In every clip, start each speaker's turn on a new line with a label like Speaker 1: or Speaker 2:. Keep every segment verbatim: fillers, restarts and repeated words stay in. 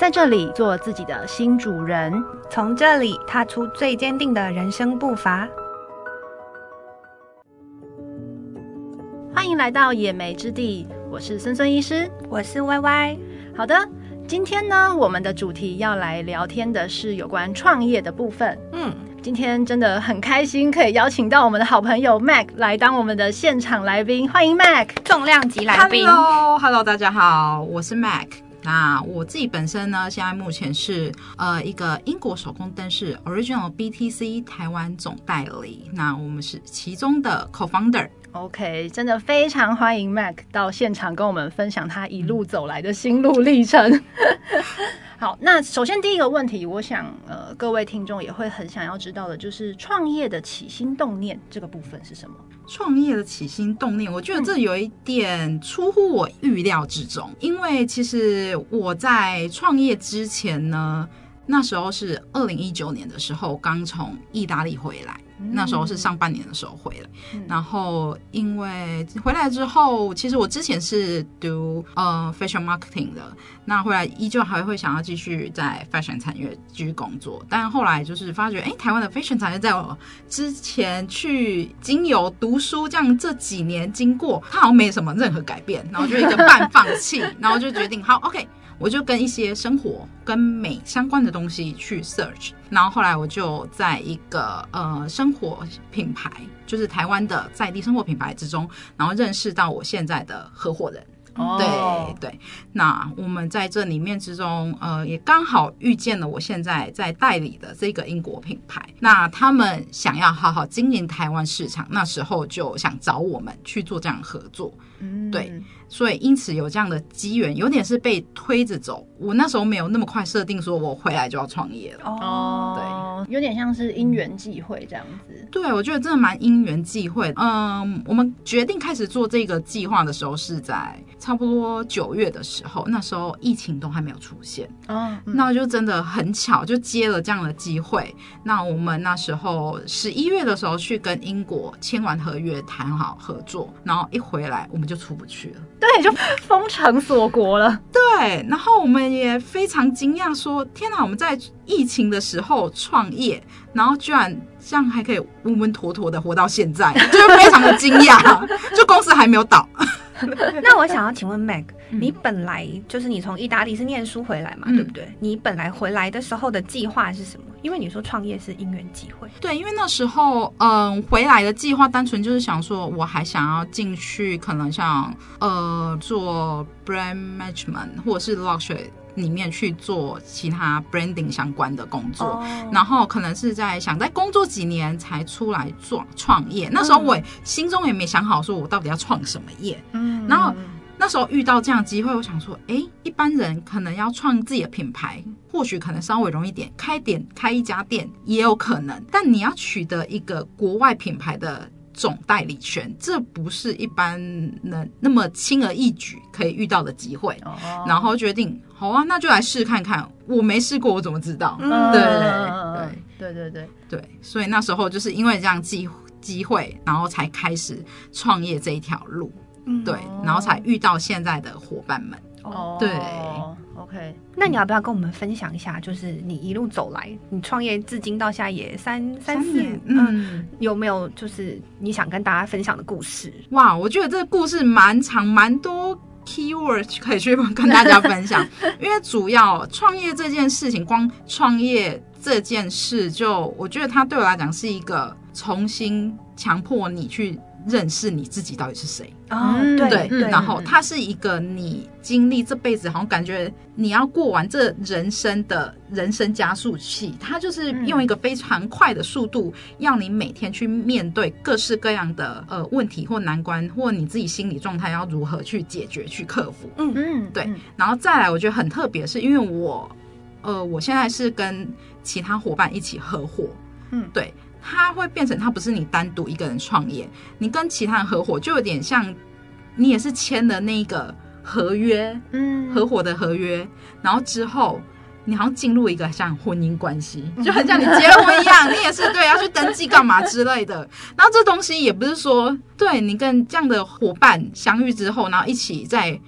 Speaker 1: 在这里做自己的新主人，
Speaker 2: 从这里踏出最坚定的人生步伐。
Speaker 1: 欢迎来到野莓之地，我是孙孙医师，
Speaker 2: 我是歪歪。
Speaker 1: 好的，今天呢，我们的主题要来聊天的是有关创业的部分。嗯，今天真的很开心，可以邀请到我们的好朋友 Mac 来当我们的现场来宾，欢迎 Mac，
Speaker 2: 重量级来宾。
Speaker 3: Hello Hello， 大家好，我是 Mac。那我自己本身呢，现在目前是呃一个英国手工灯饰 Original B T C 台湾总代理，那我们是其中的 co-founder。OK，
Speaker 1: 真的非常欢迎 Mac 到现场跟我们分享他一路走来的心路历程。好，那首先第一个问题，我想呃各位听众也会很想要知道的，就是创业的起心动念这个部分是什么？
Speaker 3: 创业的起心动念，我觉得这有一点出乎我预料之中，嗯、因为其实我在创业之前呢，那时候是二零一九年的时候，刚从意大利回来。那时候是上半年的时候回来、嗯、然后因为回来之后，其实我之前是读呃 fashion marketing 的，那回来依旧还会想要继续在 fashion 产业继续工作，但后来就是发觉哎，台湾的 fashion 产业在我之前去经由读书这样这几年经过，它好像没什么任何改变，然后就一个半放弃然后就决定好 OK，我就跟一些生活跟美相关的东西去 search， 然后后来我就在一个呃生活品牌，就是台湾的在地生活品牌之中，然后认识到我现在的合伙人。Oh. 对对，那我们在这里面之中，呃，也刚好遇见了我现在在代理的这个英国品牌。那他们想要好好经营台湾市场，那时候就想找我们去做这样的合作。嗯，对，所以因此有这样的机缘，有点是被推着走。我那时候没有那么快设定说我回来就要创业了。
Speaker 1: 哦，对，有点像是因缘际会这样子。
Speaker 3: 对，我觉得真的蛮因缘际会。嗯，我们决定开始做这个计划的时候是在差不多九月的时候，那时候疫情都还没有出现。哦，嗯、那就真的很巧，就接了这样的机会。那我们那时候十一月的时候去跟英国签完合约，谈好合作，然后一回来我们就出不去了。
Speaker 1: 对，就封城锁国了。
Speaker 3: 对，然后我们也非常惊讶说，天哪，我们在疫情的时候创业，然后居然这样还可以温温妥妥的活到现在，就是非常的惊讶，就公司还没有倒。
Speaker 2: 那我想要请问 Mac，、嗯、你本来就是你从意大利是念书回来嘛、嗯、对不对？你本来回来的时候的计划是什么？因为你说创业是因缘际会。
Speaker 3: 对，因为那时候嗯回来的计划单纯就是想说我还想要进去可能像呃做 brand management 或者是 luxury里面去做其他 branding 相关的工作、oh. 然后可能是在想在工作几年才出来做创业，那时候我也、嗯、心中也没想好说我到底要创什么业、嗯、然后那时候遇到这样的机会，我想说哎，一般人可能要创自己的品牌或许可能稍微容易点，开点开一家店也有可能，但你要取得一个国外品牌的总代理权，这不是一般人那么轻而易举可以遇到的机会、哦、然后决定好啊，那就来试看看，我没试过我怎么知道、嗯、对
Speaker 1: 对对对
Speaker 3: 对，所以那时候就是因为这样机机会，然后才开始创业这一条路、嗯、对，然后才遇到现在的伙伴们。哦，对
Speaker 1: ，OK，
Speaker 2: 那你要不要跟我们分享一下，就是你一路走来，你创业至今到现在也三三四年，嗯，有没有就是你想跟大家分享的故事？
Speaker 3: 哇，我觉得这个故事蛮长，蛮多 keyword 可以去跟大家分享，因为主要创业这件事情，光创业这件事就，我觉得它对我来讲是一个重新强迫你去认识你自己到底是谁。
Speaker 2: 哦，对
Speaker 3: 对, 对，然后它是一个你经历这辈子好像感觉你要过完这人生的人生加速器，它就是用一个非常快的速度、嗯、要你每天去面对各式各样的呃问题或难关，或你自己心理状态要如何去解决去克服。嗯嗯，对，然后再来我觉得很特别是因为我呃我现在是跟其他伙伴一起合伙。嗯，对，它会变成它不是你单独一个人创业，你跟其他人合伙就有点像你也是签了那个合约，嗯，合伙的合约，然后之后你好像进入一个像婚姻关系，就很像你结了婚一样，你也是对要去登记干嘛之类的。然后这东西也不是说对你跟这样的伙伴相遇之后，然后一起在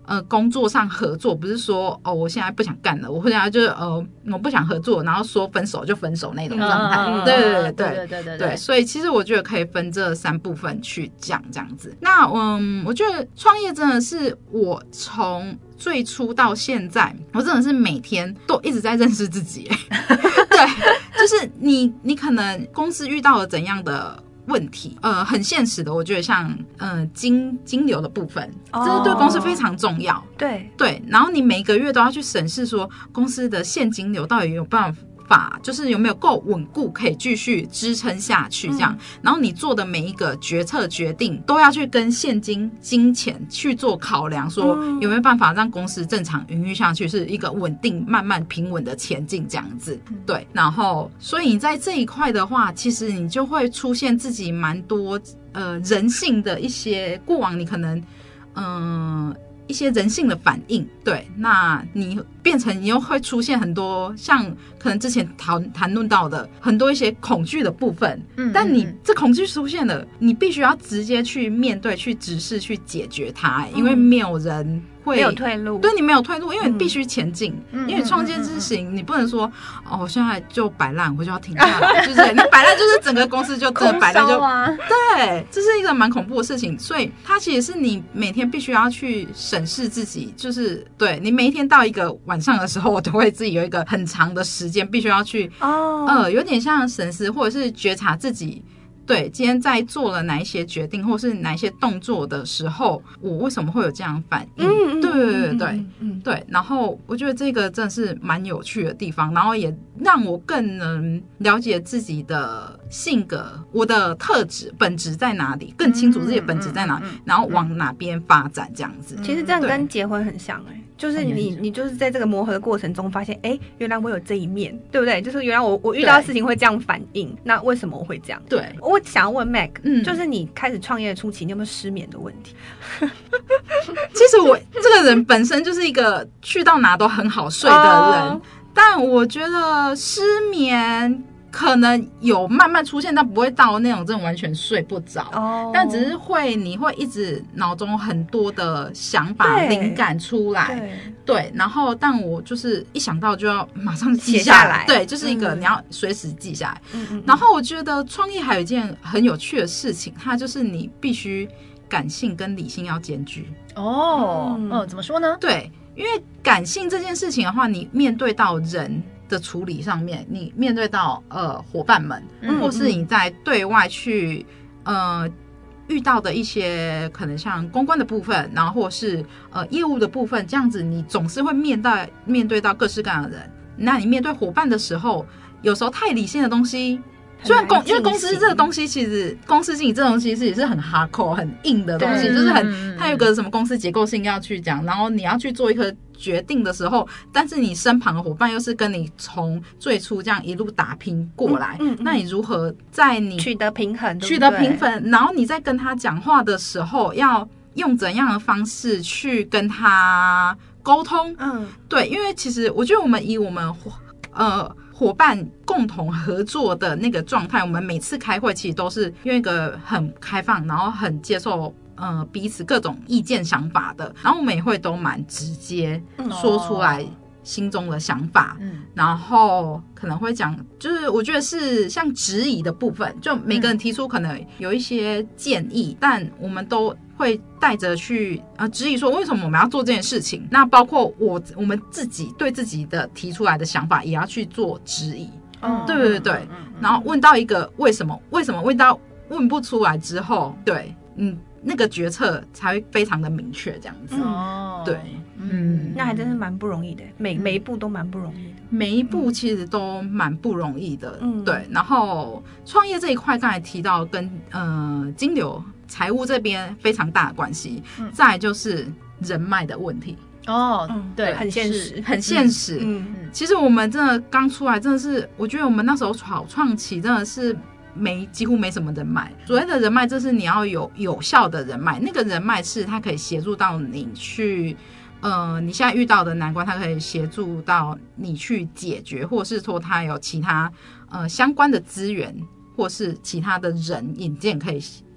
Speaker 3: 呃工作上合作，不是说哦我现在不想干了，我现在就是呃我不想合作，然后说分手就分手那种状态。
Speaker 1: 嗯、
Speaker 3: 对对对
Speaker 1: 对对对对对，
Speaker 3: 所以其实我觉得可以分这三部分去讲这样子。那嗯，我觉得创业真的是我从最初到现在，我真的是每天都一直在认识自己。对，就是你你可能公司遇到了怎样的问题，呃，很现实的，我觉得像呃金金流的部分，这是对公司非常重要。
Speaker 2: 对
Speaker 3: 对，然后你每个月都要去审视说公司的现金流到底有办法，就是有没有够稳固，可以继续支撑下去这样。嗯、然后你做的每一个决策决定，都要去跟现金金钱去做考量，说有没有办法让公司正常营运下去，是一个稳定、慢慢平稳的前进这样子。对，然后所以你在这一块的话，其实你就会出现自己蛮多呃人性的一些过往，你可能嗯。呃一些人性的反应，对，那你变成你又会出现很多像可能之前谈谈论到的很多一些恐惧的部分，嗯，但你这恐惧出现了，你必须要直接去面对、去直视、去解决它，因为没有人会
Speaker 2: 没有退路，
Speaker 3: 对你没有退路，因为你必须前进，嗯、因为创业之行，你不能说哦，我现在就摆烂，我就要停下来，就是你摆烂，就是整个公司就真的摆烂就，
Speaker 1: 啊、
Speaker 3: 对，这是一个蛮恐怖的事情，所以它其实是你每天必须要去审视自己，就是对你每一天到一个晚上的时候，我都会自己有一个很长的时间，必须要去哦，呃，有点像审视或者是觉察自己。对，今天在做了哪一些决定，或是哪一些动作的时候，我为什么会有这样反应？嗯、对对对对、嗯嗯、对。然后我觉得这个真的是蛮有趣的地方，然后也让我更能了解自己的性格，我的特质本质在哪里，更清楚自己的本质在哪里，嗯嗯嗯、然后往哪边发展这样子。
Speaker 2: 其实这样跟结婚很像哎、欸。就是你，你就是在这个磨合的过程中发现，哎、欸，原来我有这一面，对不对？就是原来我我遇到的事情会这样反应，那为什么我会这样？
Speaker 3: 对，
Speaker 2: 我想要问 Meg，、嗯、就是你开始创业初期，你有没有失眠的问题？
Speaker 3: 其实我这个人本身就是一个去到哪都很好睡的人，哦、但我觉得失眠。可能有慢慢出现，但不会到那种真的完全睡不着。哦，但只是会，你会一直脑中很多的想法、灵感出来。对，对，然后但我就是一想到就要马上记下来。下来对，就是一个、嗯、你要随时记下来。嗯嗯。然后我觉得创业还有一件很有趣的事情，它就是你必须感性跟理性要兼具。
Speaker 1: 哦，嗯、哦，怎么说呢？
Speaker 3: 对，因为感性这件事情的话，你面对到人。的处理上面，你面对到呃伙伴们，嗯、或是你在对外去呃遇到的一些可能像公关的部分，然后或是呃业务的部分，这样子你总是会面对面对到各式各样的人。那你面对伙伴的时候，有时候太理性的东西。虽然公因为公司这个东西，其实公司经营这个东西是也是很 hardcore 很硬的东西，就是很它有个什么公司结构性要去讲，然后你要去做一个决定的时候，但是你身旁的伙伴又是跟你从最初这样一路打拼过来，嗯嗯嗯、那你如何在你
Speaker 2: 取得平衡？
Speaker 3: 取得平衡，然后你在跟他讲话的时候，要用怎样的方式去跟他沟通？嗯，对，因为其实我觉得我们以我们呃。伙伴共同合作的那个状态，我们每次开会其实都是用一个很开放，然后很接受呃彼此各种意见想法的，然后我们也会都蛮直接说出来心中的想法，嗯、然后可能会讲，就是我觉得是像质疑的部分，就每个人提出可能有一些建议，嗯、但我们都会带着去呃质疑说为什么我们要做这件事情。那包括我我们自己对自己的提出来的想法也要去做质疑。嗯，对对对。嗯、然后问到一个为什么为什么问到问不出来之后，对，嗯，那个决策才会非常的明确，这样子。哦、嗯，对，
Speaker 2: 嗯，那还真是蛮不容易的，每每一步都蛮不容易的。
Speaker 3: 每一步其实都蛮不容易的，嗯，对。然后创业这一块，刚才提到跟呃金流、财务这边非常大的关系，嗯、再来就是人脉的问题。
Speaker 1: 哦，嗯、对，
Speaker 2: 很现实，
Speaker 3: 很现实。嗯嗯，其实我们真的刚出来，真的是，我觉得我们那时候草创期真的是没几乎没什么人脉。所谓的人脉，这是你要有有效的人脉，那个人脉是它可以协助到你去。呃，你现在遇到的难关，它可以协助到你去解决，或是说它有其他呃相关的资源，或是其他的人引荐可以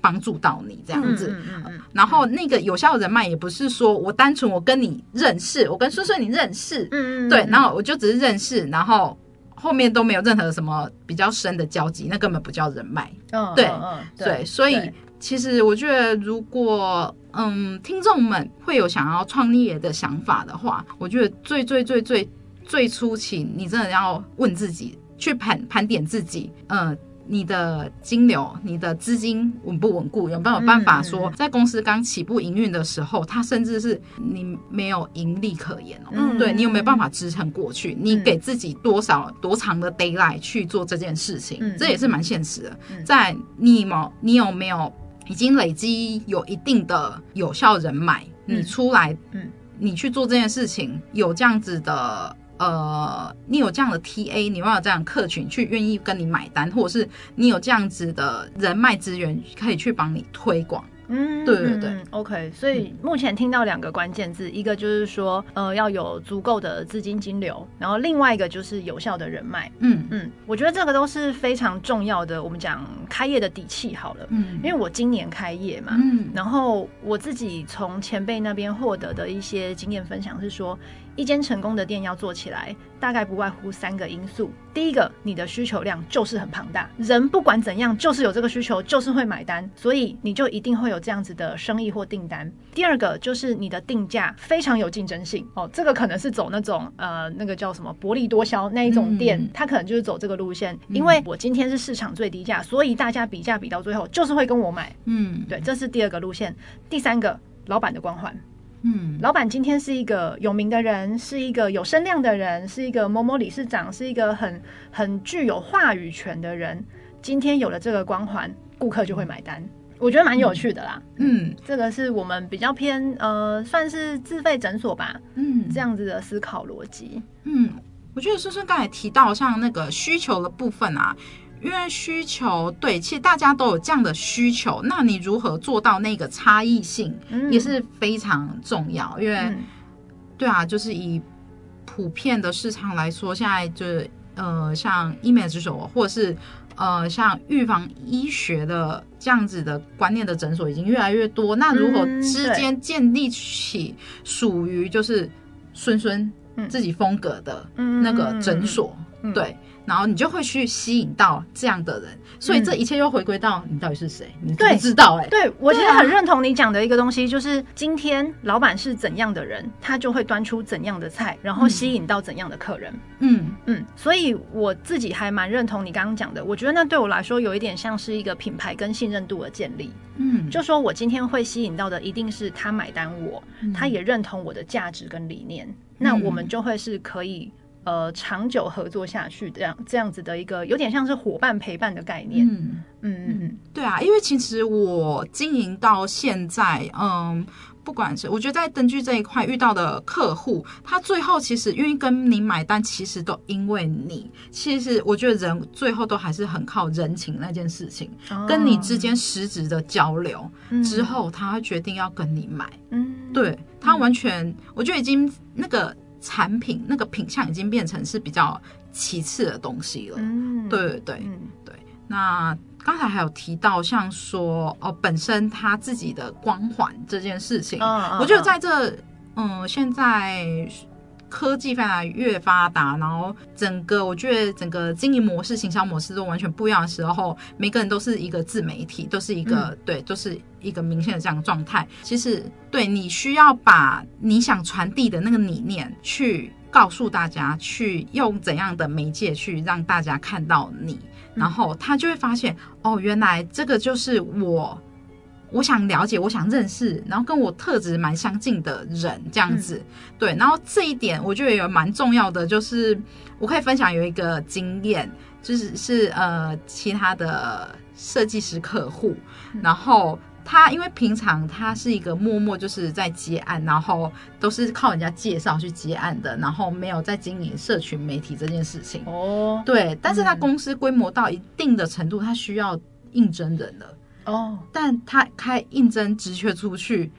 Speaker 3: 帮助到你这样子。
Speaker 1: 嗯嗯嗯、
Speaker 3: 然后那个有效人脉也不是说我单纯我跟你认识，我跟顺顺你认识，嗯嗯，对，然后我就只是认识，然后后面都没有任何什么比较深的交集，那根本不叫人脉。嗯，对、嗯嗯、对，对，所以其实我觉得如果嗯听众们会有想要创业的想法的话，我觉得最最最最最初期你真的要问自己，去盘盘点自己，嗯。你的金流，你的资金稳不稳固，有没有办法说在公司刚起步营运的时候，它甚至是你没有盈利可言哦，嗯、对，你有没有办法支撑过去？你给自己多少多长的 deadline 去做这件事情，嗯、这也是蛮现实的。嗯、在你有没有你有没有已经累积有一定的有效人脉，嗯、你出来，嗯，你去做这件事情有这样子的。呃，你有这样的 T A， 你有这样的客群去愿意跟你买单，或者是你有这样子的人脉资源可以去帮你推广。嗯，对对对、嗯、
Speaker 1: ，OK。所以目前听到两个关键字，一个就是说，呃，要有足够的资金金流，然后另外一个就是有效的人脉。嗯嗯，我觉得这个都是非常重要的。我们讲开业的底气好了，嗯，因为我今年开业嘛，嗯，然后我自己从前辈那边获得的一些经验分享是说，一间成功的店要做起来，大概不外乎三个因素。第一个，你的需求量就是很庞大，人不管怎样就是有这个需求，就是会买单，所以你就一定会有这样子的生意或订单。第二个就是你的定价非常有竞争性哦，这个可能是走那种呃那个叫什么薄利多销那一种店，嗯、它可能就是走这个路线，嗯、因为我今天是市场最低价，所以大家比价比到最后就是会跟我买。嗯，对，这是第二个路线。第三个，老板的光环。嗯，老板今天是一个有名的人，是一个有声量的人，是一个某某理事长，是一个很很具有话语权的人。今天有了这个光环，顾客就会买单。我觉得蛮有趣的啦。嗯，这个是我们比较偏呃，算是自费诊所吧。嗯，这样子的思考逻辑。
Speaker 3: 嗯，我觉得顺顺刚才提到像那个需求的部分啊。因为需求对，其实大家都有这样的需求，那你如何做到那个差异性也是非常重要。因为、嗯、对啊，就是以普遍的市场来说，现在就是呃，像医美诊所或者是呃像预防医学的这样子的观念的诊所已经越来越多。那如何之间建立起属于就是孙孙自己风格的那个诊所，嗯嗯嗯、对。然后你就会去吸引到这样的人，所以这一切又回归到你到底是谁，嗯、你知不知道、欸？哎，
Speaker 1: 对，我其实很认同你讲的一个东西，就是今天老板是怎样的人，他就会端出怎样的菜，然后吸引到怎样的客人。嗯嗯，所以我自己还蛮认同你刚刚讲的，我觉得那对我来说有一点像是一个品牌跟信任度的建立。嗯，就说我今天会吸引到的一定是他买单我，嗯、他也认同我的价值跟理念，嗯、那我们就会是可以。呃，长久合作下去，这样这样子的一个有点像是伙伴陪伴的概念。嗯
Speaker 3: 嗯嗯，对啊，因为其实我经营到现在，嗯，不管是我觉得在灯具这一块遇到的客户，他最后其实愿意跟你买单，其实都因为你。其实我觉得人最后都还是很靠人情那件事情，哦、跟你之间实质的交流、嗯、之后，他会决定要跟你买。嗯，对他完全，嗯、我觉得已经那个。产品那个品项已经变成是比较其次的东西了。嗯，对对对、嗯、对。那刚才还有提到像说哦，本身他自己的光环这件事情，哦、我觉得在这嗯现在科技越来越发达，然后整个我觉得整个经营模式、行销模式都完全不一样的时候，每个人都是一个自媒体，都是一个、嗯、对，都是一个明显的这样的状态。其实对你需要把你想传递的那个理念去告诉大家，去用怎样的媒介去让大家看到你，然后他就会发现哦，原来这个就是我。我想了解，我想认识，然后跟我特质蛮相近的人，这样子，嗯、对。然后这一点我觉得也蛮重要的，就是我可以分享有一个经验，就是是呃其他的设计师客户，嗯、然后他因为平常他是一个默默就是在接案，然后都是靠人家介绍去接案的，然后没有在经营社群媒体这件事情。哦，对。但是他公司规模到一定的程度，他需要应征人了。哦，但他开应征职缺出去，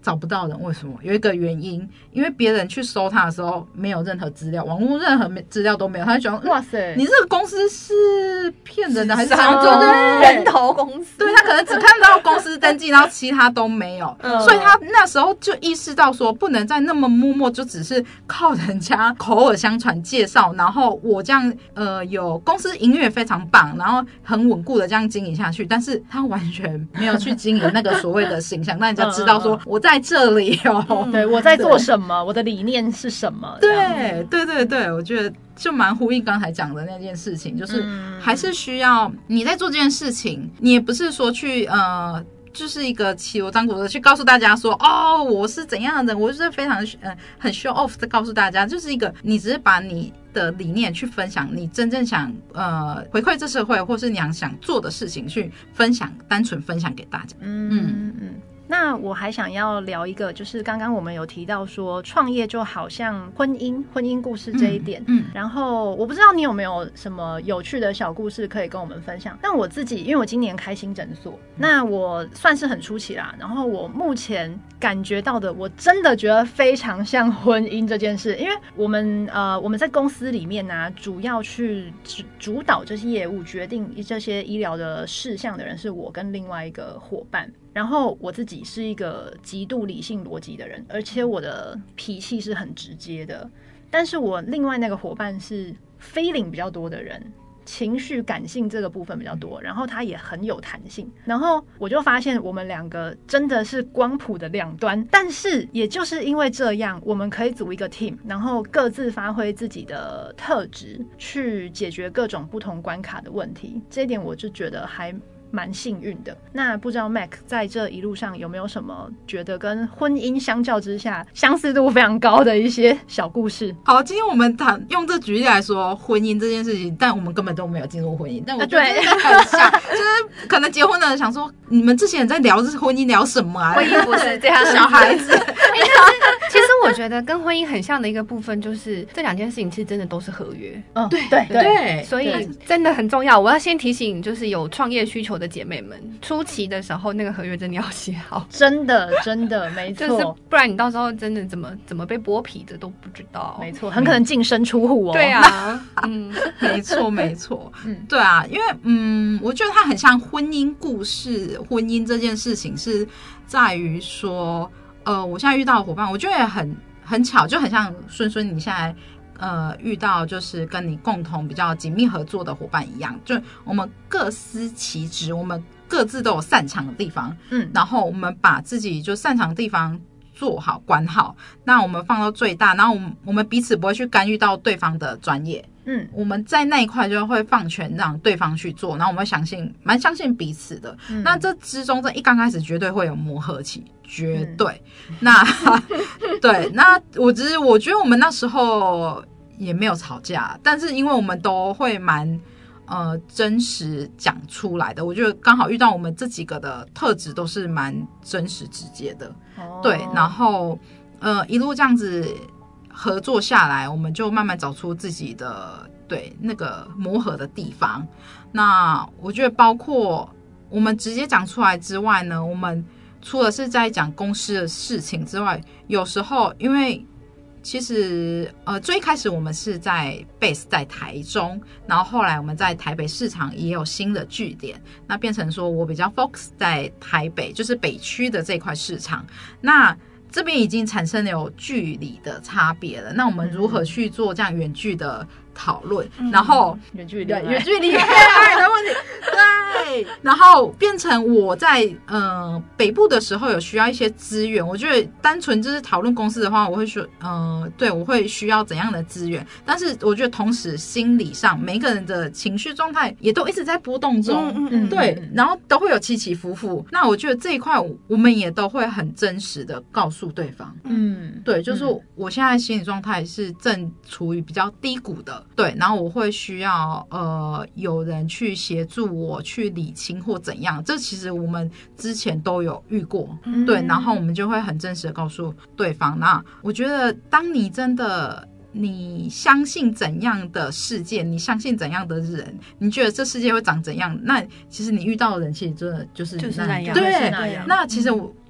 Speaker 3: 找不到人，为什么？有一个原因，因为别人去搜他的时候没有任何资料，网络任何资料都没有，他就觉得哇塞，你这个公司是骗人的还是怎样？对对，
Speaker 2: 人头公司，
Speaker 3: 对他可能只看到公司登记，然后其他都没有，嗯、所以他那时候就意识到说，不能再那么默默，就只是靠人家口耳相传介绍，然后我这样呃有公司营运也非常棒，然后很稳固的这样经营下去，但是他完全没有去经营那个所谓的形象，让人家知道说我在这里哦，
Speaker 1: 嗯、对我在做什么，我的理念是什么？
Speaker 3: 对对对对，我觉得就蛮呼应刚才讲的那件事情，就是还是需要你在做这件事情，你也不是说去呃。就是一个起锣张鼓的去告诉大家说，哦，我是怎样的人，我就是非常呃很 show off 的告诉大家，就是一个你只是把你的理念去分享，你真正想呃回馈这社会，或是你想做的事情去分享，单纯分享给大家。
Speaker 1: 嗯嗯嗯。那我还想要聊一个，就是刚刚我们有提到说创业就好像婚姻婚姻故事这一点，嗯，嗯然后我不知道你有没有什么有趣的小故事可以跟我们分享。但我自己因为我今年开新诊所，那我算是很初期啦，然后我目前感觉到的，我真的觉得非常像婚姻这件事，因为我们呃我们在公司里面呢、啊，主要去主导这些业务、决定这些医疗的事项的人是我跟另外一个伙伴。然后我自己是一个极度理性逻辑的人，而且我的脾气是很直接的。但是我另外那个伙伴是 feeling 比较多的人，情绪感性这个部分比较多，然后他也很有弹性。然后我就发现我们两个真的是光谱的两端，但是也就是因为这样，我们可以组一个 team， 然后各自发挥自己的特质，去解决各种不同关卡的问题。这一点我就觉得还蛮幸运的。那不知道 Mac 在这一路上有没有什么觉得跟婚姻相较之下相似度非常高的一些小故事？
Speaker 3: 好，今天我们谈用这举例来说婚姻这件事情，但我们根本都没有进入婚姻，但我觉得真的很像，就是可能结婚的人想说，你们之前在聊这是婚姻聊什么啊？
Speaker 2: 婚姻不是这样，
Speaker 3: 小孩子。
Speaker 2: 其实我觉得跟婚姻很像的一个部分，就是这两件事情其实真的都是合约。
Speaker 1: 嗯，对对对，
Speaker 2: 所以真的很重要。我要先提醒，就是有创业需求的姐妹们，初期的时候那个合约真的要写好，
Speaker 1: 真的真的没错，
Speaker 2: 就是不然你到时候真的怎么怎么被剥皮的都不知道。
Speaker 1: 没错，很可能净身出户哦。
Speaker 2: 对啊，嗯，
Speaker 3: 没错没错，嗯，对啊，因为嗯，我觉得它很像婚姻故事。婚姻这件事情是在于说，呃，我现在遇到的伙伴，我觉得也很很巧，就很像孙孙你现在。呃，遇到就是跟你共同比较紧密合作的伙伴一样，就我们各司其职，我们各自都有擅长的地方，嗯，然后我们把自己就擅长的地方做好管好，那我们放到最大，然后我们我们彼此不会去干预到对方的专业，嗯，我们在那一块就会放权让对方去做，然后我们会相信蛮相信彼此的，嗯，那这之中这一刚开始绝对会有磨合期，绝对，嗯，那对，那我只是我觉得我们那时候也没有吵架，但是因为我们都会蛮呃真实讲出来的，我觉得刚好遇到我们这几个的特质都是蛮真实直接的，哦，对，然后呃一路这样子合作下来，我们就慢慢找出自己的对那个磨合的地方。那我觉得包括我们直接讲出来之外呢，我们除了是在讲公司的事情之外，有时候因为其实呃最开始我们是在 base 在台中，然后后来我们在台北市场也有新的据点，那变成说我比较 focus 在台北，就是北区的这块市场，那这边已经产生了有距离的差别了，那我们如何去做这样远距的讨论，嗯，然后
Speaker 1: 远距离
Speaker 3: 远距离恋爱的问题，对，然后变成我在呃北部的时候有需要一些资源，我觉得单纯就是讨论公司的话，我会说呃对我会需要怎样的资源，但是我觉得同时心理上每个人的情绪状态也都一直在波动中，嗯嗯对，然后都会有起起伏伏，那我觉得这一块我们也都会很真实的告诉对方，嗯对，就是我现在心理状态是正处于比较低谷的，对，然后我会需要呃有人去协助我去理清或怎样，这其实我们之前都有遇过，嗯，对，然后我们就会很真实的告诉对方。那我觉得当你真的你相信怎样的世界，你相信怎样的人，你觉得这世界会长怎样，那其实你遇到的人其实真的就是
Speaker 2: 就是那样，
Speaker 3: 对，
Speaker 1: 那样
Speaker 3: 那其实我、嗯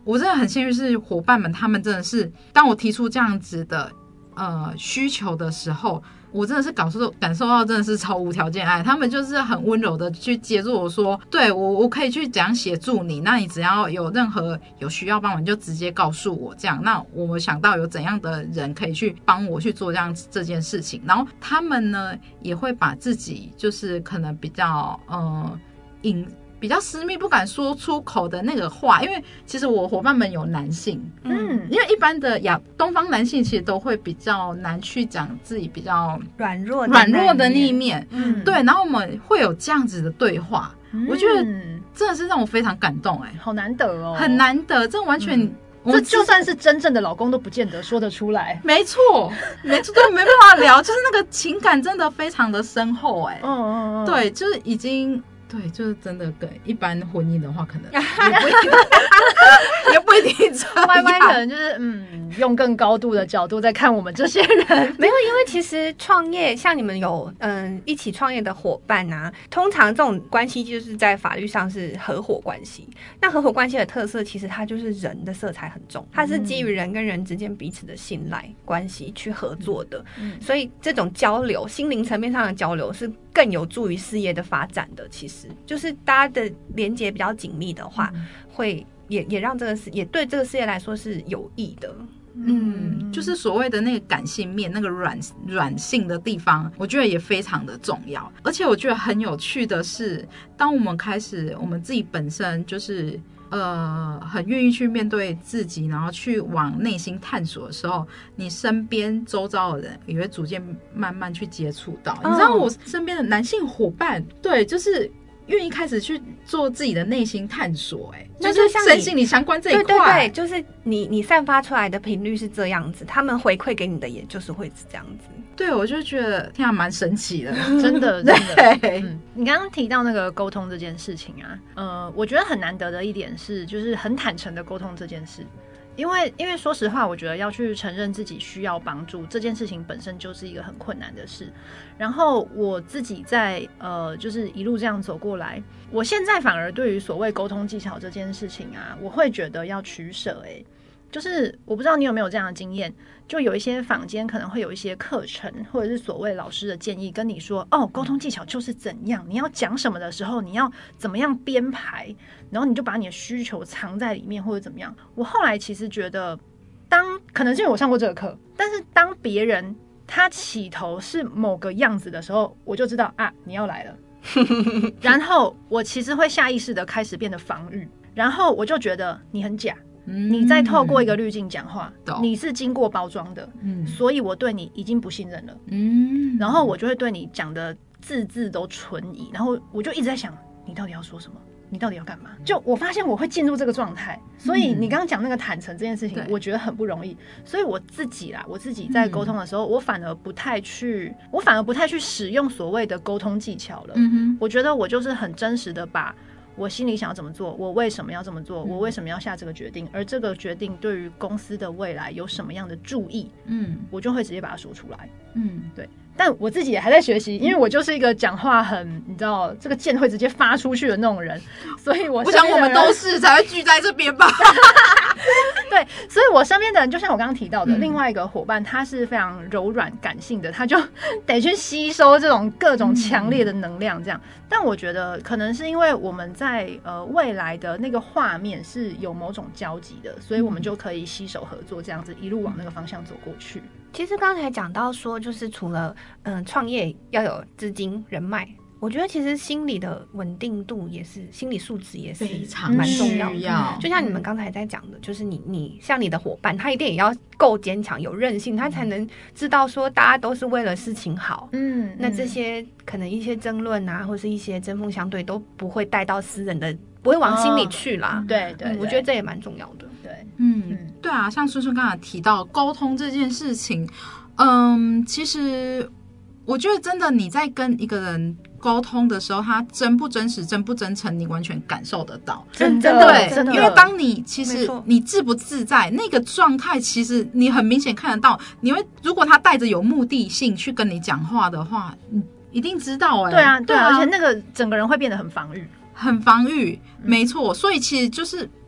Speaker 3: 我真的很幸运是伙伴们，他们真的是当我提出这样子的呃需求的时候，我真的是感受感受到真的是超无条件爱，他们就是很温柔的去接住我说，对我我可以去怎样协助你，那你只要有任何有需要帮忙就直接告诉我，这样那我想到有怎样的人可以去帮我去做这样这件事情，然后他们呢也会把自己就是可能比较呃隐比较私密不敢说出口的那个话，因为其实我伙伴们有男性，嗯，因为一般的亚东方男性其实都会比较难去讲自己比较
Speaker 2: 软弱
Speaker 3: 软弱的那一面，
Speaker 2: 嗯，
Speaker 3: 对，然后我们会有这样子的对话，嗯、我觉得真的是让我非常感动、欸，哎，
Speaker 1: 好难得哦，
Speaker 3: 很难得，这完全。嗯
Speaker 1: 这就算是真正的老公都不见得说得出来，
Speaker 3: 没错，没错，都没办法聊，就是那个情感真的非常的深厚、欸，哎，嗯嗯嗯，对，就是已经。对，就是真的跟一般婚姻的话，可能也不一定，也不一定这样。
Speaker 1: 歪歪可能就是嗯，用更高度的角度在看我们这些人。
Speaker 2: 没有，因为其实创业，像你们有嗯一起创业的伙伴啊，通常这种关系就是在法律上是合伙关系。那合伙关系的特色，其实它就是人的色彩很重，它是基于人跟人之间彼此的信赖关系去合作的。嗯，所以这种交流，心灵层面上的交流是更有助于事业的发展的。其实就是大家的连结比较紧密的话，嗯、会也也让这个事也对这个事业来说是有益的。
Speaker 3: 嗯，就是所谓的那个感性面，那个软软性的地方，我觉得也非常的重要。而且我觉得很有趣的是，当我们开始我们自己本身就是呃很愿意去面对自己，然后去往内心探索的时候，你身边周遭的人也会逐渐慢慢去接触到。哦、你知道我身边的男性伙伴，对，就是愿意开始去做自己的内心探索、欸，哎，就是身心理相关这一块，
Speaker 2: 对对对，就是你你散发出来的频率是这样子，他们回馈给你的也就是会是这样子。
Speaker 3: 对，我就觉得天啊，蛮神奇的，
Speaker 1: 真的真的。嗯、你刚刚提到那个沟通这件事情啊，呃，我觉得很难得的一点是，就是很坦诚的沟通这件事。因为，因为说实话，我觉得要去承认自己需要帮助这件事情本身就是一个很困难的事。然后我自己在呃，就是一路这样走过来，我现在反而对于所谓沟通技巧这件事情啊，我会觉得要取舍、欸。哎，就是我不知道你有没有这样的经验，就有一些坊间可能会有一些课程，或者是所谓老师的建议，跟你说，哦，沟通技巧就是怎样，你要讲什么的时候，你要怎么样编排。然后你就把你的需求藏在里面或者怎么样。我后来其实觉得，当可能是因为我上过这个课，但是当别人他起头是某个样子的时候，我就知道啊，你要来了。然后我其实会下意识的开始变得防御，然后我就觉得你很假，嗯、你在透过一个滤镜讲话，你是经过包装的，嗯、所以我对你已经不信任了。嗯、然后我就会对你讲的字字都存疑，然后我就一直在想，你到底要说什么？你到底要干嘛？就我发现我会进入这个状态，所以你刚刚讲那个坦诚这件事情，我觉得很不容易。所以我自己啦，我自己在沟通的时候，嗯、我反而不太去，我反而不太去使用所谓的沟通技巧了。嗯哼，我觉得我就是很真实的把我心里想要怎么做，我为什么要这么做，我为什么要下这个决定，而这个决定对于公司的未来有什么样的注意，嗯，我就会直接把它说出来。嗯，对。但我自己也还在学习，因为我就是一个讲话很，你知道，这个箭会直接发出去的那种人，所以我
Speaker 3: 我想我们都是才会聚在这边吧。
Speaker 1: 对，所以我身边的人，就像我刚刚提到的，嗯、另外一个伙伴，他是非常柔软感性的，他就得去吸收这种各种强烈的能量，这样。嗯、但我觉得可能是因为我们在呃未来的那个画面是有某种交集的，所以我们就可以携手合作，这样子一路往那个方向走过去。
Speaker 2: 其实刚才讲到说，就是除了嗯创业要有资金人脉，我觉得其实心理的稳定度也是，心理素质也是蛮重要的。
Speaker 3: 要
Speaker 2: 就像你们刚才在讲的，就是你你像你的伙伴，他一定也要够坚强、有韧性，他才能知道说大家都是为了事情好。嗯，那这些可能一些争论啊，或是一些针锋相对，都不会带到私人的。不会往心里去啦，
Speaker 1: 哦、对 对, 对、嗯，
Speaker 2: 我觉得这也蛮重要的。
Speaker 1: 对，
Speaker 3: 嗯，对啊，像孙孙刚才提到沟通这件事情，嗯，其实我觉得真的你在跟一个人沟通的时候，他真不真实、真不真诚，你完全感受得到。
Speaker 1: 真的，
Speaker 3: 对，
Speaker 1: 真的，
Speaker 3: 因为当你其实你自不自在那个状态，其实你很明显看得到。你会，如果他带着有目的性去跟你讲话的话，你一定知道哎、欸。
Speaker 1: 对啊，对啊，而且那个整个人会变得很防御。
Speaker 3: 很防御，没错，所以其实就是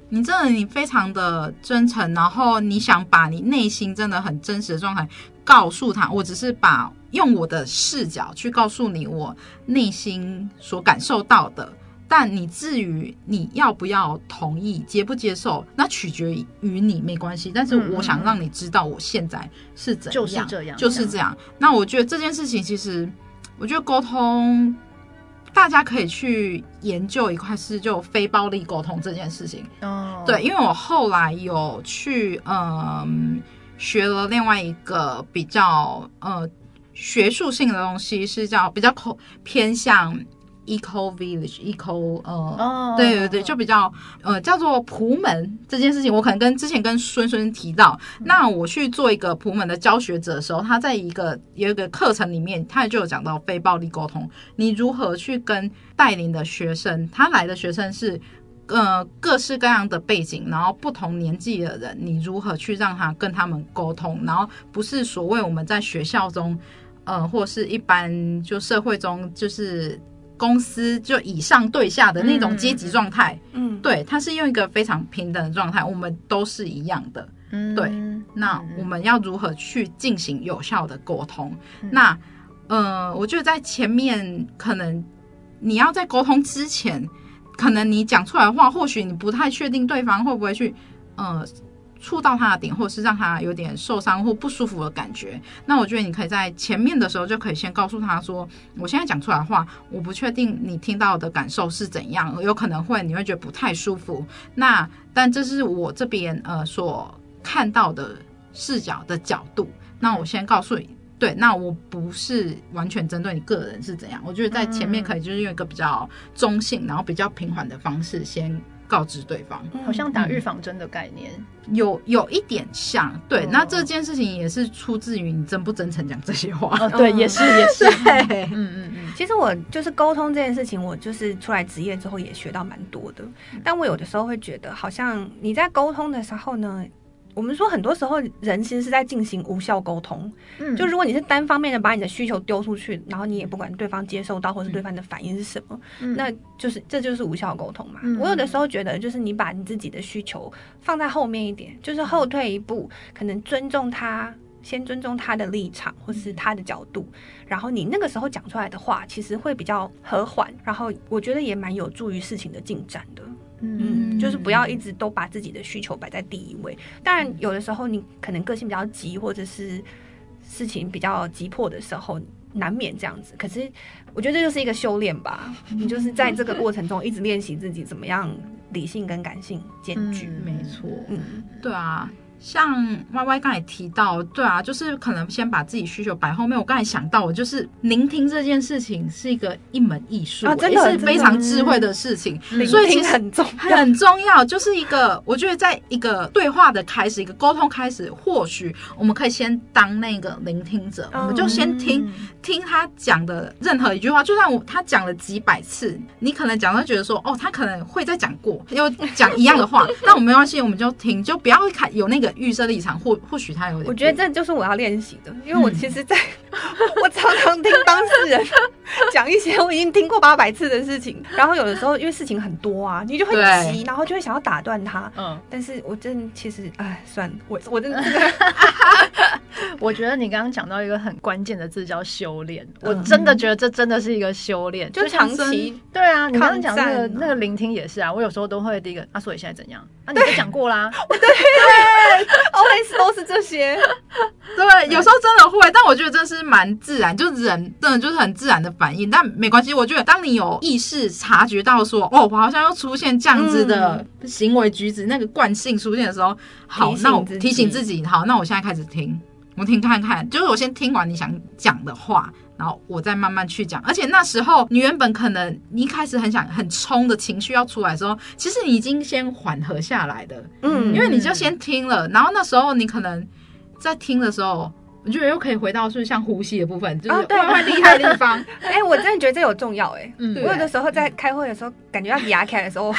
Speaker 3: 你真的你非常的真诚，然后你想把你内心真的很真实的状态告诉他，我只是把用我的视角去告诉你我内心所感受到的，但你至于你要不要同意接不接受，那取决于你，没关系，但是我想让你知道我现在是怎样，
Speaker 1: 就是这样
Speaker 3: 就是这样。那我觉得这件事情其实我觉得沟通大家可以去研究一块是就非暴力沟通这件事情。哦，对，因为我后来有去嗯学了另外一个比较呃学术性的东西，是叫比较偏向 eco village eco 呃、哦、对对对，就比较呃叫做普门这件事情。我可能跟之前跟孙孙提到，嗯、那我去做一个普门的教学者的时候，他在一个有一个课程里面，他就有讲到非暴力沟通，你如何去跟带领的学生，他来的学生是呃各式各样的背景，然后不同年纪的人，你如何去让他跟他们沟通，然后不是所谓我们在学校中呃或是一般就社会中就是公司就以上对下的那种阶级状态，嗯，对，它是用一个非常平等的状态，我们都是一样的，嗯，对。那我们要如何去进行有效的沟通？嗯、那呃，我觉得在前面可能你要在沟通之前，可能你讲出来的话，或许你不太确定对方会不会去呃触到他的点，或者是让他有点受伤或不舒服的感觉。那我觉得你可以在前面的时候就可以先告诉他说，我现在讲出来的话，我不确定你听到的感受是怎样，有可能会你会觉得不太舒服。那但这是我这边呃所看到的视角的角度。那我先告诉你，对，那我不是完全针对你个人是怎样。我觉得在前面可以就是用一个比较中性，然后比较平缓的方式先告知对方，
Speaker 1: 好像打预防针的概念，
Speaker 3: 嗯、有有一点像。对，哦、那这件事情也是出自于你真不真诚讲这些话。
Speaker 1: 哦，对，也是也是。
Speaker 3: 对，
Speaker 2: 嗯嗯嗯。其实我就是沟通这件事情，我就是出来职业之后也学到蛮多的。但我有的时候会觉得，好像你在沟通的时候呢，我们说很多时候人其实是在进行无效沟通，嗯，就如果你是单方面的把你的需求丢出去，然后你也不管对方接受到或是对方的反应是什么，嗯、那就是这就是无效沟通嘛。嗯、我有的时候觉得，就是你把你自己的需求放在后面一点，就是后退一步，可能尊重他，先尊重他的立场或是他的角度，然后你那个时候讲出来的话，其实会比较和缓，然后我觉得也蛮有助于事情的进展的。嗯，就是不要一直都把自己的需求摆在第一位。当然，有的时候你可能个性比较急，或者是事情比较急迫的时候，难免这样子。可是，我觉得这就是一个修炼吧。你就是在这个过程中一直练习自己怎么样理性跟感性兼具。
Speaker 3: 嗯、没错，嗯，对啊。像 Y Y 刚才提到，对啊，就是可能先把自己需求摆后面。我刚才想到，我就是聆听这件事情是一个一门艺术，啊，真的是非常智慧的事情，
Speaker 2: 嗯、所以其实很重要，
Speaker 3: 很重要。就是一个，我觉得在一个对话的开始，一个沟通开始，或许我们可以先当那个聆听者，嗯、我们就先听听他讲的任何一句话，就算我他讲了几百次，你可能讲到觉得说，哦，他可能会再讲过，又讲一样的话，那我们没关系，我们就听，就不要看有那个预设立场，或或许他有点。
Speaker 2: 我觉得这就是我要练习的，因为我其实在，在、嗯、我常常听当事人讲一些我已经听过八百次的事情，然后有的时候因为事情很多啊，你就会急，然后就会想要打断他。嗯，但是我真的其实，哎，算了，我我真的，
Speaker 1: 我觉得你刚刚讲到一个很关键的字叫修炼，我真的觉得这真的是一个修炼，
Speaker 2: 就长期。
Speaker 1: 对啊，你刚刚讲那个那个聆听也是啊，我有时候都会第一个啊，所以现在怎样？啊，你都讲过啦，
Speaker 2: 对对 ，always 都是这些。
Speaker 3: 对，有时候真的会，但我觉得这是蛮自然，就是人真的就是很自然的反应。但没关系，我觉得当你有意识察觉到说，哦，我好像又出现这样子的行为举止，嗯、那个惯性出现的时候，好，那我提醒自己，好，那我现在开始听，我听看看，就是我先听完你想讲的话。然后我再慢慢去讲，而且那时候你原本可能你一开始很想很冲的情绪要出来的时候，其实你已经先缓和下来的，嗯，因为你就先听了，然后那时候你可能在听的时候，我觉得又可以回到是像呼吸的部分，就是外外厉害的地方。
Speaker 2: 哎、欸，我真的觉得这有重要哎、欸。嗯，我有的时候在开会的时候，感觉要压开的时候，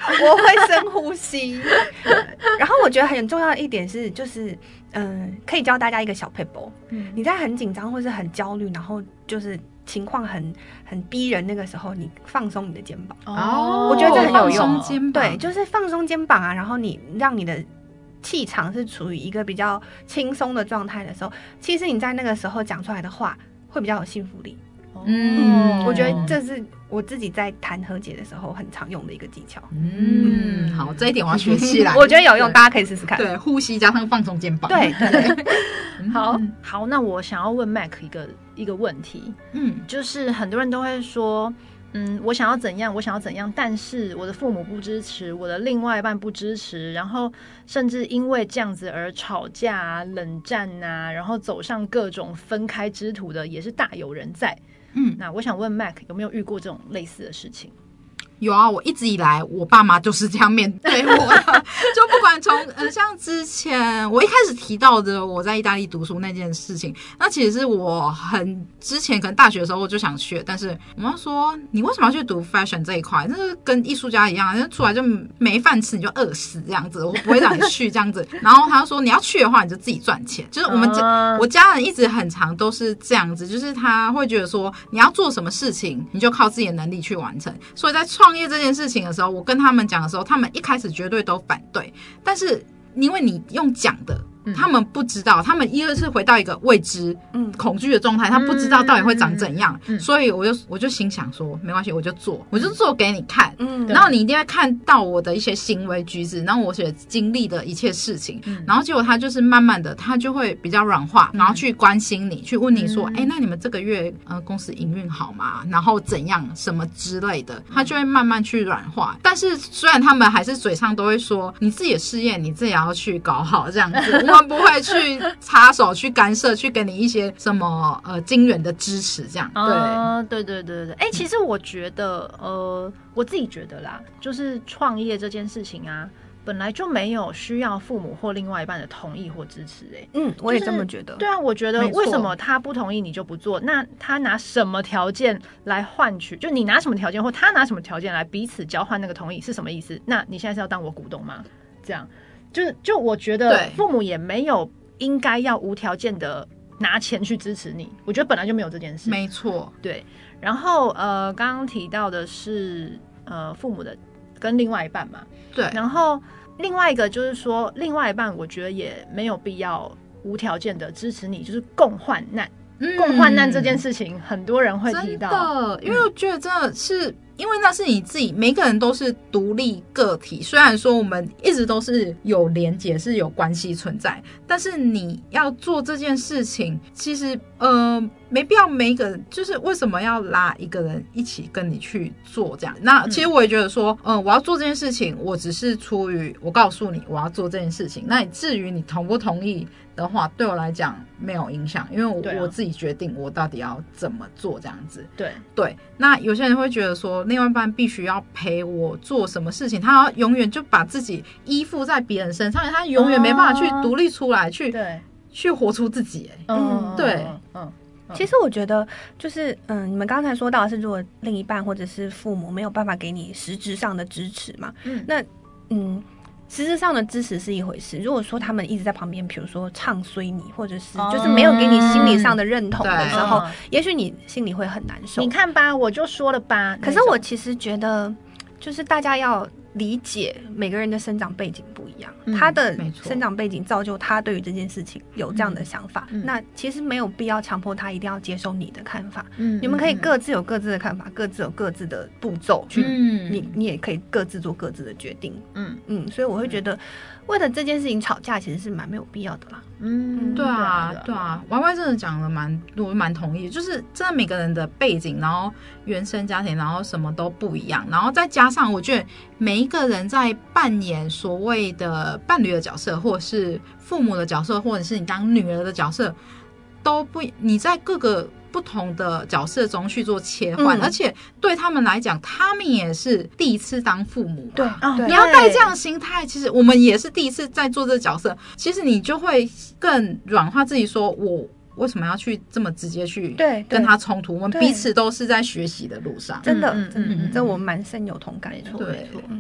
Speaker 2: 我会深呼吸。然后我觉得很重要的一点是，就是嗯，可以教大家一个小撇步。嗯，你在很紧张或是很焦虑，然后就是情况很很逼人那个时候，你放松你的肩膀。
Speaker 3: 哦，
Speaker 2: 我觉得这很有用。
Speaker 3: 放松肩膀，
Speaker 2: 对，就是放松肩膀啊，然后你让你的气场是处于一个比较轻松的状态的时候，其实你在那个时候讲出来的话会比较有信服力。嗯，我觉得这是我自己在谈和解的时候很常用的一个技巧。
Speaker 3: 嗯，好，这一点我要学起来。
Speaker 2: 我觉得有用，大家可以试试看。
Speaker 3: 对，呼吸加上放松肩膀。
Speaker 2: 对对。
Speaker 1: 好好，那我想要问 Mac 一个一个问题，嗯，就是很多人都会说，嗯，我想要怎样，我想要怎样，但是我的父母不支持，我的另外一半不支持，然后甚至因为这样子而吵架啊、冷战啊，然后走上各种分开之途的，也是大有人在。嗯，那我想问 Mac 有没有遇过这种类似的事情？
Speaker 3: 有啊，我一直以来我爸妈就是这样面对我的，就不管从呃像之前我一开始提到的我在意大利读书那件事情，那其实是我很之前可能大学的时候我就想学，但是我妈说你为什么要去读 fashion 这一块，那是跟艺术家一样，那出来就没饭吃你就饿死这样子，我不会让你去这样子。然后他说你要去的话你就自己赚钱，就是我们、uh... 我家人一直很常都是这样子，就是他会觉得说你要做什么事情你就靠自己的能力去完成，所以在创业这件事情的时候，我跟他们讲的时候，他们一开始绝对都反对，但是因为你用讲的，他们不知道，他们一个是回到一个未知、嗯、恐惧的状态，他不知道到底会长怎样，嗯、所以我就我就心想说，没关系，我就做，我就做给你看，嗯、然后你一定会看到我的一些行为举止，然后我所经历的一切事情，嗯、然后结果他就是慢慢的，他就会比较软化，然后去关心你，去问你说，哎、嗯，那你们这个月呃公司营运好吗？然后怎样什么之类的，他就会慢慢去软化。但是虽然他们还是嘴上都会说，你自己的事业你自己要去搞好这样子。我们不会去插手去干涉去给你一些什么呃金援的支持这样。对、
Speaker 1: 呃、对对对对。哎、欸，其实我觉得呃我自己觉得啦，就是创业这件事情啊本来就没有需要父母或另外一半的同意或支持。哎、欸，
Speaker 2: 嗯，我也这么觉得。
Speaker 1: 对啊，我觉得为什么他不同意你就不做？那他拿什么条件来换取？就你拿什么条件或他拿什么条件来彼此交换那个同意是什么意思？那你现在是要当我股东吗？这样。就是就我觉得父母也没有应该要无条件的拿钱去支持你，我觉得本来就没有这件事。
Speaker 3: 没错，
Speaker 1: 对。然后呃，刚刚提到的是呃父母的跟另外一半嘛，
Speaker 3: 对。
Speaker 1: 然后另外一个就是说，另外一半我觉得也没有必要无条件的支持你，就是共患难。嗯、共患难这件事情，很多人会提到，
Speaker 3: 真的，因为我觉得真的是。嗯因为那是你自己，每个人都是独立个体。虽然说我们一直都是有连结，是有关系存在，但是你要做这件事情，其实呃没必要每一个人，就是为什么要拉一个人一起跟你去做这样？那其实我也觉得说，嗯、呃，我要做这件事情，我只是出于我告诉你我要做这件事情。那你至于你同不同意的话，对我来讲没有影响，因为我、啊、我自己决定我到底要怎么做这样子。
Speaker 1: 对
Speaker 3: 对，那有些人会觉得说。另外一半必须要陪我做什么事情，他要永远就把自己依附在别人身上，他永远没办法去独立出来，哦、去
Speaker 1: 对
Speaker 3: 去活出自己。
Speaker 1: 嗯，
Speaker 3: 对，
Speaker 2: 嗯。其实我觉得就是嗯，你们刚才说到的是，如果另一半或者是父母没有办法给你实质上的支持嘛，嗯，那嗯。实质上的支持是一回事，如果说他们一直在旁边，比如说唱衰你，或者是就是没有给你心理上的认同的时候，嗯、也许你心里会很难受。
Speaker 1: 你看吧，我就说了吧。
Speaker 2: 可是我其实觉得，就是大家要理解每个人的生长背景不一样，嗯、他的生长背景造就他对于这件事情有这样的想法。嗯、那其实没有必要强迫他一定要接受你的看法。嗯、你们可以各自有各自的看法，各自有各自的步骤去，嗯、你你也可以各自做各自的决定。嗯嗯，所以我会觉得，为了这件事情吵架其实是蛮没有必要的啦。
Speaker 3: 嗯，对啊，对啊，歪歪真的讲了蛮，我蛮同意，就是真的每个人的背景，然后原生家庭，然后什么都不一样，然后再加上我觉得每一个人在扮演所谓的伴侣的角色，或者是父母的角色，或者是你当女儿的角色，都不，你在各个不同的角色中去做切换，嗯、而且对他们来讲，他们也是第一次当父母嘛。
Speaker 2: 对，
Speaker 3: 哦、你要带这样的心态，其实我们也是第一次在做这个角色，其实你就会更软化自己，说我为什么要去这么直接去跟他冲突？我们彼此都是在学习的路上，
Speaker 2: 真的，嗯嗯，这我蛮深有同感的。
Speaker 3: 对，
Speaker 2: 嗯。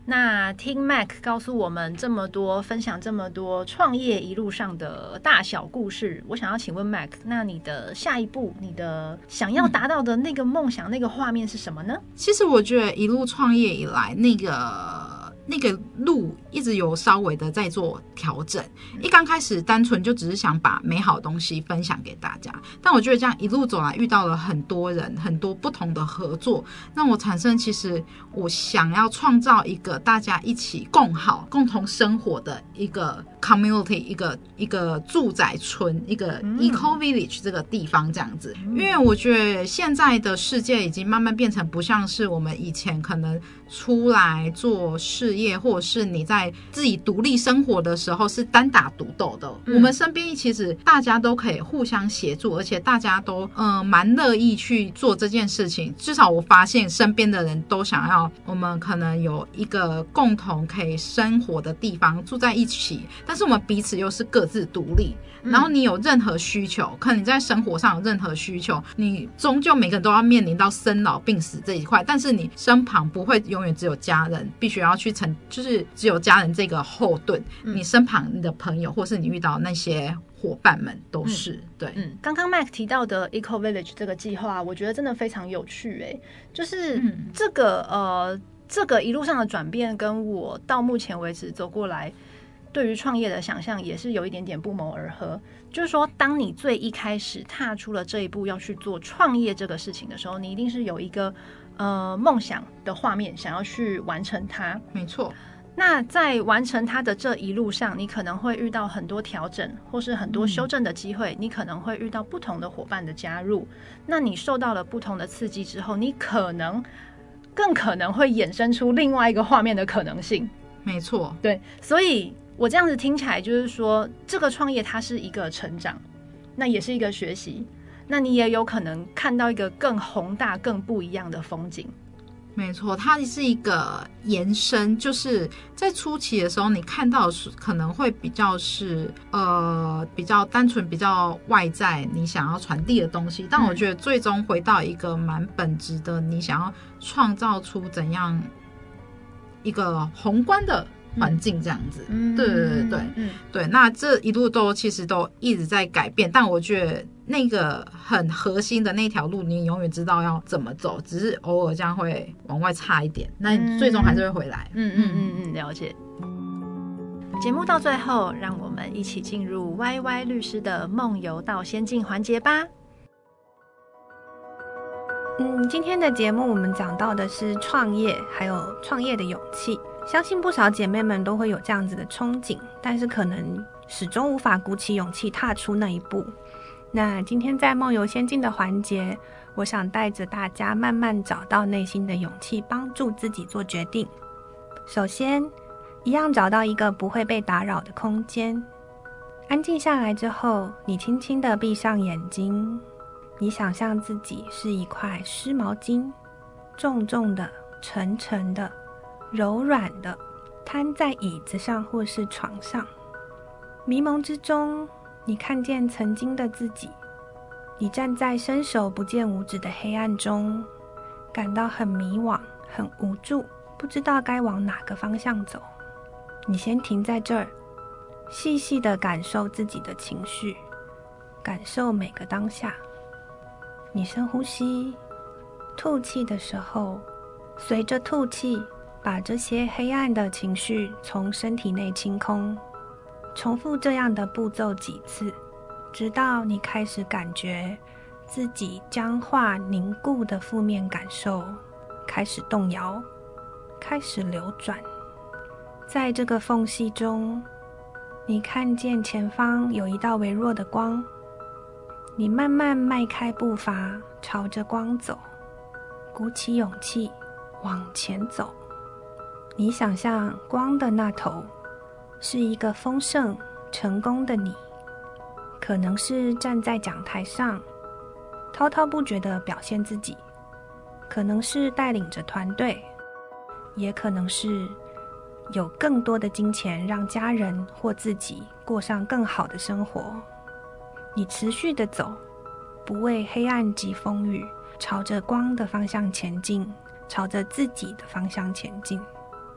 Speaker 1: 那听 Mac 告诉我们这么多，分享这么多创业一路上的大小故事，我想要请问 Mac， 那你的下一步，你的想要达到的那个梦想、嗯、那个画面是什么呢？
Speaker 3: 其实我觉得一路创业以来，那个那个路一直有稍微的在做调整。一刚开始单纯就只是想把美好的东西分享给大家，但我觉得这样一路走来遇到了很多人，很多不同的合作，让我产生其实我想要创造一个大家一起共好共同生活的一个 community， 一个一个住宅村，一个 eco village 这个地方这样子。因为我觉得现在的世界已经慢慢变成不像是我们以前可能出来做事业，或者是你在自己独立生活的时候是单打独斗的、嗯、我们身边其实大家都可以互相协助，而且大家都嗯蛮乐意去做这件事情。至少我发现身边的人都想要我们可能有一个共同可以生活的地方住在一起，但是我们彼此又是各自独立，然后你有任何需求，可能你在生活上有任何需求，你终究每个人都要面临到生老病死这一块，但是你身旁不会永远只有家人，必须要去承，就是只有家人这个后盾、嗯、你身旁你的朋友或是你遇到那些伙伴们都是、嗯、对。
Speaker 1: 嗯，刚刚 Mac 提到的 Eco Village 这个计划，我觉得真的非常有趣诶，就是这个、嗯、呃这个一路上的转变跟我到目前为止走过来对于创业的想象也是有一点点不谋而合。就是说当你最一开始踏出了这一步要去做创业这个事情的时候，你一定是有一个呃梦想的画面想要去完成它。
Speaker 3: 没错。
Speaker 1: 那在完成它的这一路上，你可能会遇到很多调整或是很多修正的机会、嗯、你可能会遇到不同的伙伴的加入，那你受到了不同的刺激之后，你可能更可能会衍生出另外一个画面的可能性。
Speaker 3: 没错。
Speaker 1: 对，所以我这样子听起来就是说这个创业它是一个成长，那也是一个学习，那你也有可能看到一个更宏大更不一样的风景。
Speaker 3: 没错，它是一个延伸，就是在初期的时候你看到的可能会比较是呃比较单纯比较外在你想要传递的东西，但我觉得最终回到一个蛮本质的，你想要创造出怎样一个宏观的环境这样子、嗯、对对对对、嗯、对。那这一路都其实都一直在改变，但我觉得那个很核心的那条路你永远知道要怎么走，只是偶尔这样会往外差一点，那你最终还是会回来。
Speaker 1: 嗯嗯嗯嗯，了解。节目到最后，让我们一起进入 Y Y 律师的梦游到仙境环节吧。
Speaker 2: 嗯，今天的节目我们讲到的是创业，还有创业的勇气。相信不少姐妹们都会有这样子的憧憬，但是可能始终无法鼓起勇气踏出那一步。那今天在梦游仙境的环节，我想带着大家慢慢找到内心的勇气，帮助自己做决定。首先，一样找到一个不会被打扰的空间，安静下来之后，你轻轻地闭上眼睛，你想象自己是一块湿毛巾，重重的、沉沉的、柔软的摊在椅子上或是床上。迷蒙之中，你看见曾经的自己，你站在伸手不见五指的黑暗中，感到很迷惘、很无助，不知道该往哪个方向走。你先停在这儿，细细地感受自己的情绪，感受每个当下。你深呼吸，吐气的时候，随着吐气把这些黑暗的情绪从身体内清空。重复这样的步骤几次，直到你开始感觉自己僵化凝固的负面感受开始动摇，开始流转。在这个缝隙中，你看见前方有一道微弱的光，你慢慢迈开步伐朝着光走，鼓起勇气往前走。你想象光的那头是一个丰盛成功的你，可能是站在讲台上滔滔不绝地表现自己，可能是带领着团队，也可能是有更多的金钱让家人或自己过上更好的生活。你持续地走，不畏黑暗及风雨，朝着光的方向前进，朝着自己的方向前进。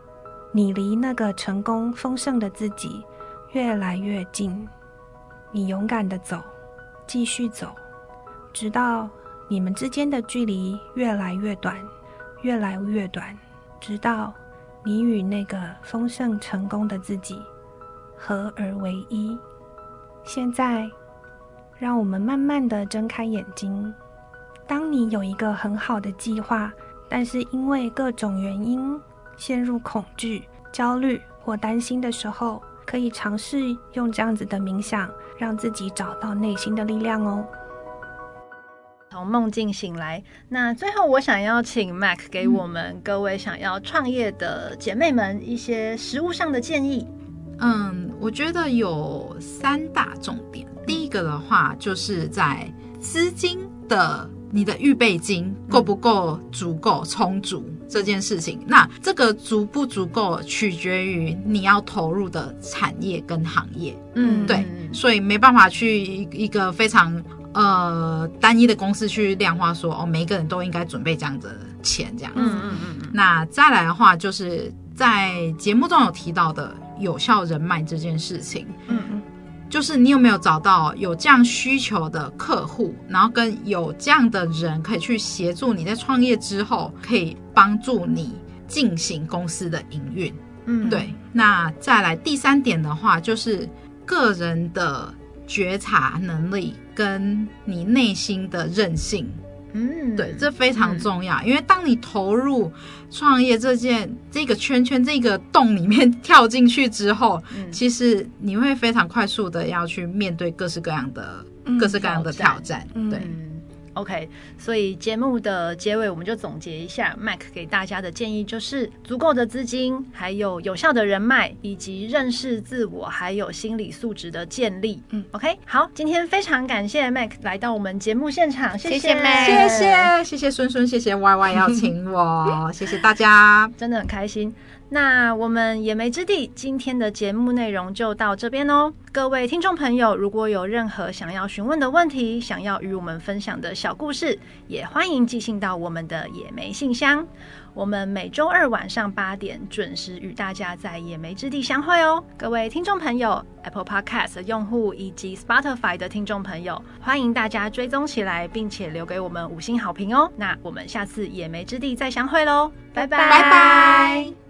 Speaker 2: 你离那个成功丰盛的自己越来越近。你勇敢地走，继续走，直到你们之间的距离越来越短，越来越短，直到你与那个丰盛成功的自己合而为一。现在，让我们慢慢地睁开眼睛。当你有一个很好的计划，但是因为各种原因陷入恐惧、焦虑或担心的时候，可以尝试用这样子的冥想，让自己找到内心的力量哦。
Speaker 1: 从梦境醒来，那最后我想要请 Mac 给我们各位想要创业的姐妹们一些实务上的建议。
Speaker 3: 嗯，我觉得有三大重点。第一个的话，就是在资金的你的预备金够不够足够充足这件事情。那这个足不足够取决于你要投入的产业跟行业。嗯，对，所以没办法去一个非常呃单一的公式去量化说哦，每一个人都应该准备这样的钱这样子。嗯嗯嗯。那再来的话，就是在节目中有提到的有效人脉这件事情。嗯嗯。就是你有没有找到有这样需求的客户，然后跟有这样的人可以去协助你在创业之后可以帮助你进行公司的营运。嗯，对。那再来第三点的话，就是个人的觉察能力跟你内心的韧性。嗯，对，这非常重要。嗯，因为当你投入创业这件这个圈圈这个洞里面跳进去之后，嗯，其实你会非常快速的要去面对各式各样的、嗯、各式各样的挑战。嗯，对。
Speaker 1: OK， 所以节目的结尾我们就总结一下 Mac 给大家的建议，就是足够的资金，还有有效的人脉，以及认识自我，还有心理素质的建立。嗯 OK， 好，今天非常感谢 Mac 来到我们节目现场，谢谢 Mac，
Speaker 3: 谢谢谢谢孙孙，谢谢 Y Y 邀请我谢谢大家，
Speaker 1: 真的很开心。那我们野莓之地今天的节目内容就到这边哦。各位听众朋友，如果有任何想要询问的问题，想要与我们分享的小故事，也欢迎寄信到我们的野莓信箱。我们每周二晚上八点准时与大家在野莓之地相会哦。各位听众朋友， Apple Podcast 的用户以及 Spotify 的听众朋友，欢迎大家追踪起来，并且留给我们五星好评哦。那我们下次野莓之地再相会咯，拜拜
Speaker 3: 拜拜。